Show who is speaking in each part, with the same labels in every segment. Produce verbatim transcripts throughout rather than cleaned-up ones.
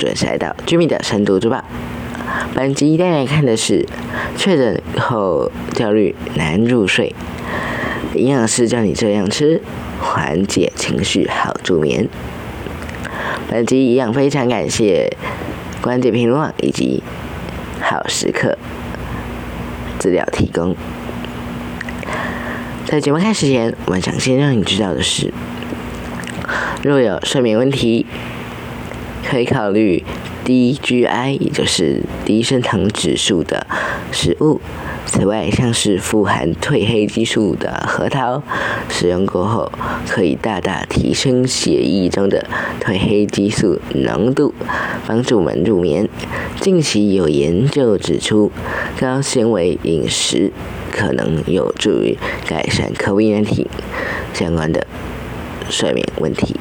Speaker 1: 准时来到居民的深度周报。本集带来看的是确诊后焦虑难入睡，营养师教你这样吃，缓解情绪好助眠。本集一样非常感谢关键评论网以及好时刻资料提供。在节目开始前，我们想先让你知道的是，若有睡眠问题，可以考虑低 G I， 也就是低升糖指数的食物。此外，像是富含褪黑激素的核桃，使用过后可以大大提升血液中的褪黑激素浓度，帮助我们入眠。近期有研究指出，高纤维饮食可能有助于改善 COVID 十九 相关的睡眠问题。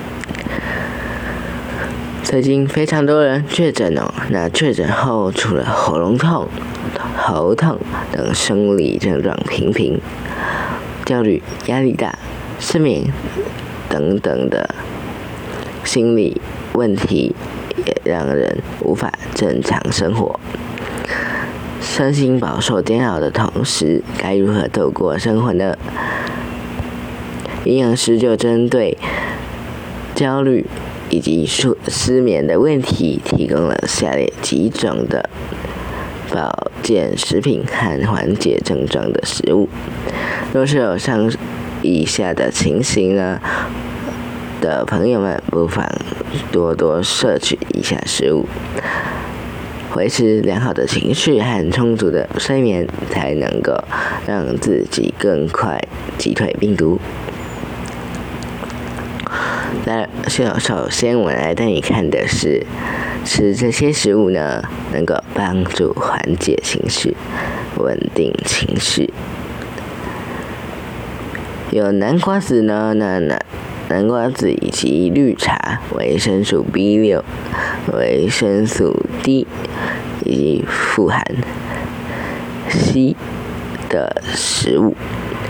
Speaker 1: 最近非常多人确诊哦，那确诊后除了喉咙痛、头痛等生理症状频频，焦虑、压力大、失眠等等的心理问题，也让人无法正常生活。身心饱受煎熬的同时，该如何度过生活呢？营养师就针对焦虑以及失眠的问题，提供了下列几种的保健食品和缓解症状的食物。若是有上以下的情形呢的朋友们，不妨多多摄取以下食物，维持良好的情绪和充足的睡眠，才能够让自己更快击退病毒。那首先我们来带你看的是，吃这些食物呢，能够帮助缓解情绪，稳定情绪。有南瓜子呢，那南南瓜子以及绿茶、维生素 B 六、维生素 D 以及富含硒的食物。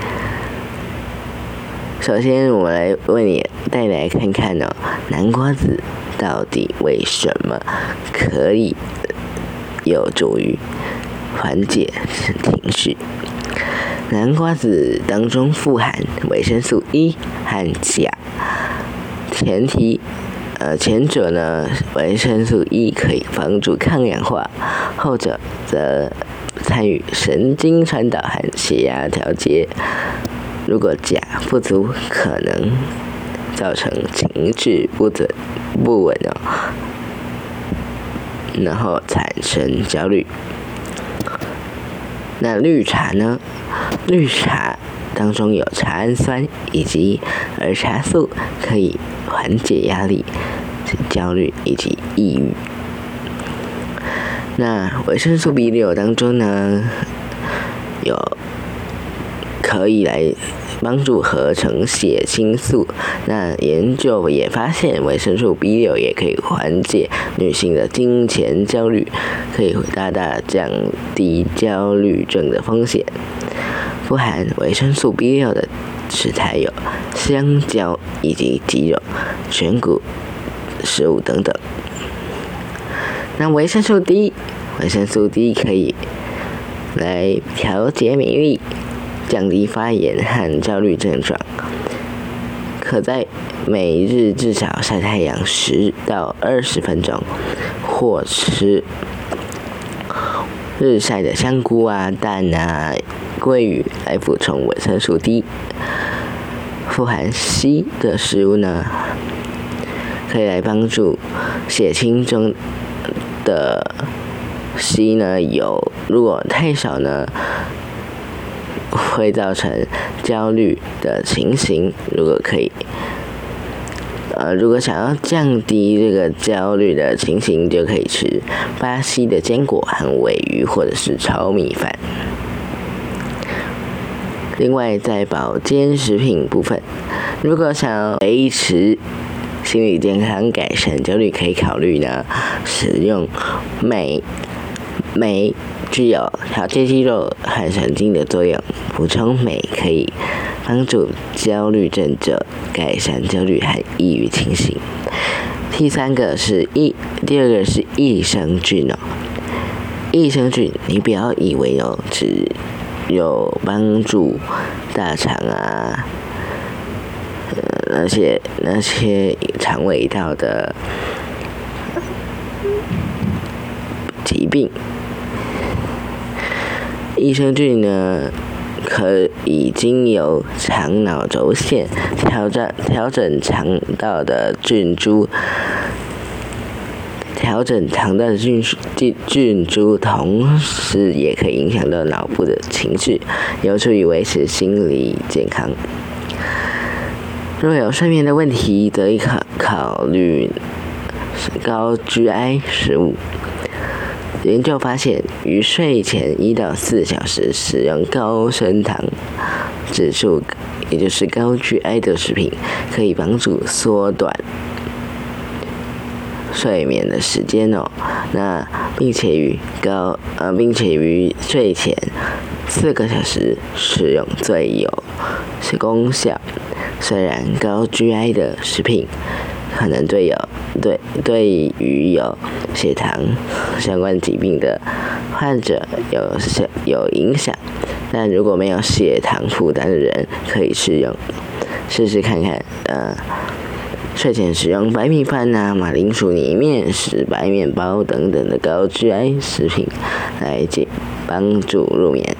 Speaker 1: 首先，我们来为你带来看看哦，南瓜子到底为什么可以有助于缓解情绪？南瓜子当中富含维生素 E 和钾，前提呃前者呢，维生素 E 可以帮助抗氧化，后者则参与神经传导和血压调节。如果钾不足，可能造成情绪不准不稳哦，然后产生焦虑。那绿茶呢？绿茶当中有茶氨酸以及儿茶素，可以缓解压力、焦虑以及抑郁。那维生素 B 六 当中呢，有可以来帮助合成血清素。那研究也发现，维生素 B 六 也可以缓解女性的经前焦虑，可以大大降低焦虑症的风险。富含维生素 B 六 的食材有香蕉以及鸡肉、全谷食物等等。那维生素 D， 维生素 D 可以来调节免疫力，降低发炎和焦虑症状，可在每日至少晒太阳十到二十分钟，或吃日晒的香菇啊、蛋啊、鲑鱼来补充维生素 D。富含硒的食物呢，可以来帮助血清中的硒呢有，如果太少呢，会造成焦虑的情形。如果可以，呃，如果想要降低这个焦虑的情形，就可以吃巴西的坚果和鲔鱼，或者是炒米饭。另外，在保健食品部分，如果想要维持心理健康、改善焦虑，可以考虑呢使用镁。镁具有调节肌肉和神经的作用，补充镁可以帮助焦虑症者改善焦虑和抑郁情形。 第三个是益，第二个是益生菌哦。益生菌，你不要以为哦，只有帮助大肠啊，呃，那些那些肠胃道的疾病。益生菌呢，可以经由肠脑轴线调整调整肠道的菌株。调整肠道的菌菌菌株，同时也可以影响到脑部的情绪，有助于维持心理健康。若有睡眠的问题，则可考考虑高 G I 食物。研究发现，于睡前一到四小时使用高升糖指数，也就是高 G I 的食品，可以帮助缩短睡眠的时间哦。那并且于高呃，并且于睡前四个小时使用最有功效。虽然高 G I 的食品可能对有对对于有血糖相关疾病的患者有有影响，但如果没有血糖负担的人可以试用试试看看。呃，睡前使用白米饭啊、马铃薯泥、面食、白面包等等的高 G I 食品来解帮助入眠。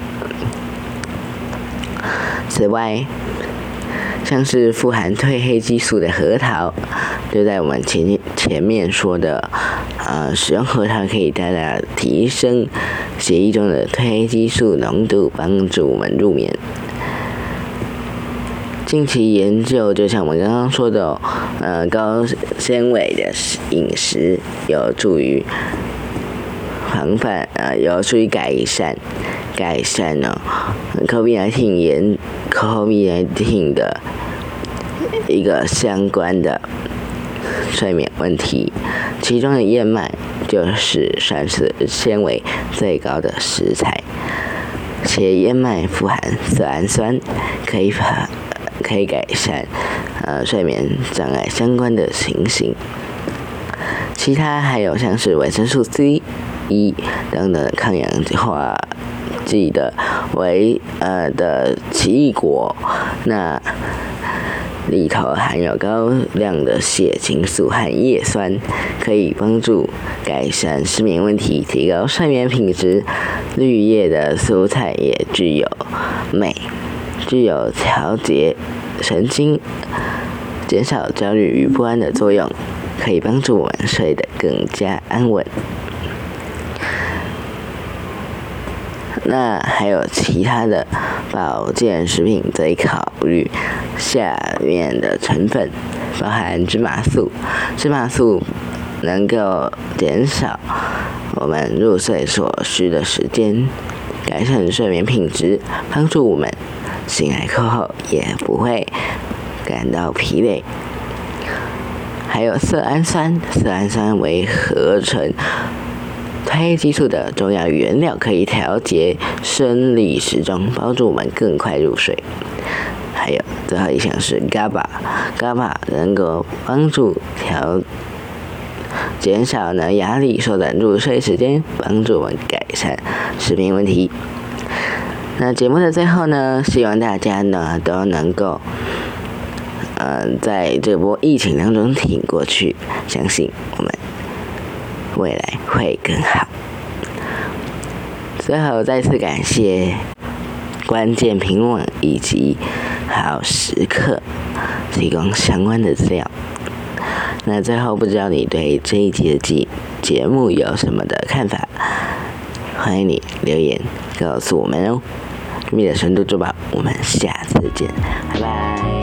Speaker 1: 此外，像是富含褪黑激素的核桃，就在我们前前面说的，呃，使用核桃可以大大提升血液中的褪黑激素浓度，帮助我们入眠。近期研究就像我们刚刚说的，呃，高纤维的饮食有助于防范，呃，有助于改善改善呢 COVID 十九 研 COVID 十九 的一个相关的睡眠问题。其中的燕麦就是膳食纤维最高的食材，且燕麦富含色氨酸，可以可以改善呃睡眠障碍相关的情形。其他还有像是维生素 C、E 等等抗氧化剂的维呃的奇异果，那里头含有高量的血清素和叶酸，可以帮助改善失眠问题，提高睡眠品质。绿叶的蔬菜也具有镁，具有调节神经、减少焦虑与不安的作用，可以帮助我们睡得更加安稳。那还有其他的保健食品，则以考虑下面的成分，包含芝麻素。芝麻素能够减少我们入睡所需的时间，改善睡眠品质，帮助我们醒来过后也不会感到疲累。还有色氨酸，色氨酸为合成褪黑激素的重要原料，可以调节生理时钟，帮助我们更快入睡。还有最后一项是 G A B A，G A B A 能够帮助调减少呢压力，缩短入睡时间，帮助我们改善失眠问题。那节目的最后呢，希望大家呢都能够呃在这波疫情当中挺过去，相信我们未来会更好。最后再次感谢关键评论以及好时刻提供相关的资料。那最后不知道你对这一集的节节目有什么的看法？欢迎你留言告诉我们哦。秘密的深度珠宝，我们下次见，拜拜。